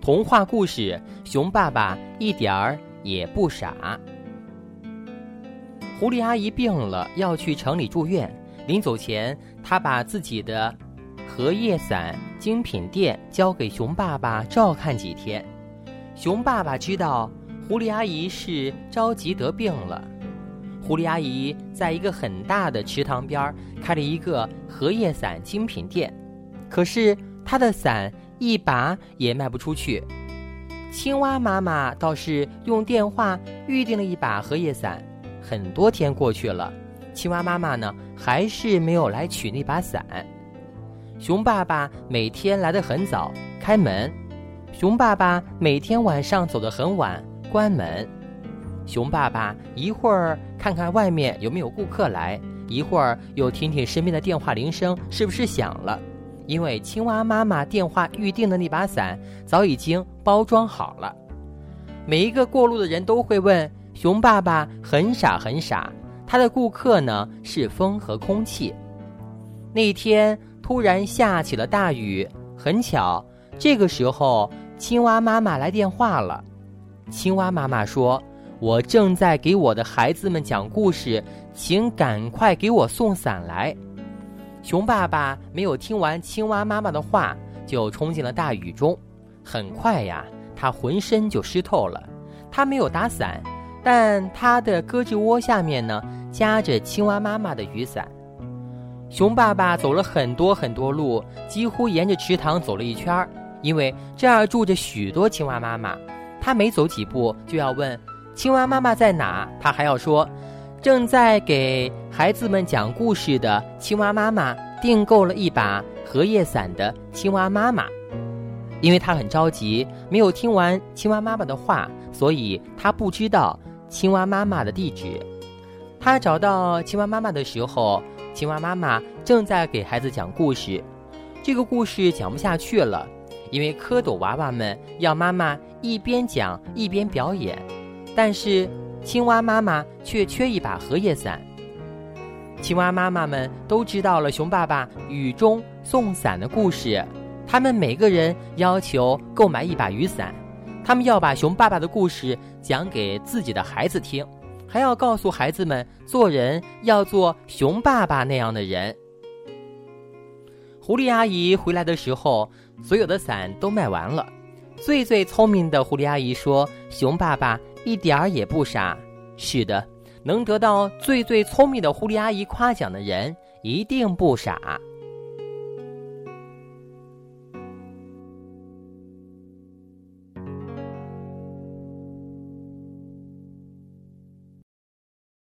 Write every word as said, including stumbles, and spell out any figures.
童话故事《熊爸爸一点儿也不傻》。狐狸阿姨病了，要去城里住院。临走前，她把自己的荷叶伞精品店交给熊爸爸照看几天。熊爸爸知道狐狸阿姨是着急得病了。狐狸阿姨在一个很大的池塘边开了一个荷叶伞精品店，可是她的伞一把也卖不出去。青蛙妈妈倒是用电话预订了一把荷叶伞，很多天过去了，青蛙妈妈呢还是没有来取那把伞。熊爸爸每天来得很早，开门；熊爸爸每天晚上走得很晚，关门。熊爸爸一会儿看看外面有没有顾客来，一会儿又听听身边的电话铃声是不是响了，因为青蛙妈妈电话预定的那把伞早已经包装好了。每一个过路的人都会问，熊爸爸很傻很傻，他的顾客呢是风和空气。那天突然下起了大雨，很巧，这个时候青蛙妈妈来电话了。青蛙妈妈说，我正在给我的孩子们讲故事，请赶快给我送伞来。熊爸爸没有听完青蛙妈妈的话，就冲进了大雨中。很快呀，他浑身就湿透了。他没有打伞，但他的胳肢窝下面呢夹着青蛙妈妈的雨伞。熊爸爸走了很多很多路，几乎沿着池塘走了一圈，因为这儿住着许多青蛙妈妈。他每走几步就要问青蛙妈妈在哪，他还要说正在给孩子们讲故事的青蛙妈妈订购了一把荷叶伞的青蛙妈妈。因为他很着急，没有听完青蛙妈妈的话，所以他不知道青蛙妈妈的地址。他找到青蛙妈妈的时候，青蛙妈妈正在给孩子讲故事。这个故事讲不下去了，因为蝌蚪娃娃们要妈妈一边讲一边表演，但是青蛙妈妈却缺一把荷叶伞。青蛙妈妈们都知道了熊爸爸雨中送伞的故事，他们每个人要求购买一把雨伞，他们要把熊爸爸的故事讲给自己的孩子听，还要告诉孩子们做人要做熊爸爸那样的人。狐狸阿姨回来的时候，所有的伞都卖完了。最最聪明的狐狸阿姨说，熊爸爸一点儿也不傻。是的，能得到最最聪明的狐狸阿姨夸奖的人一定不傻。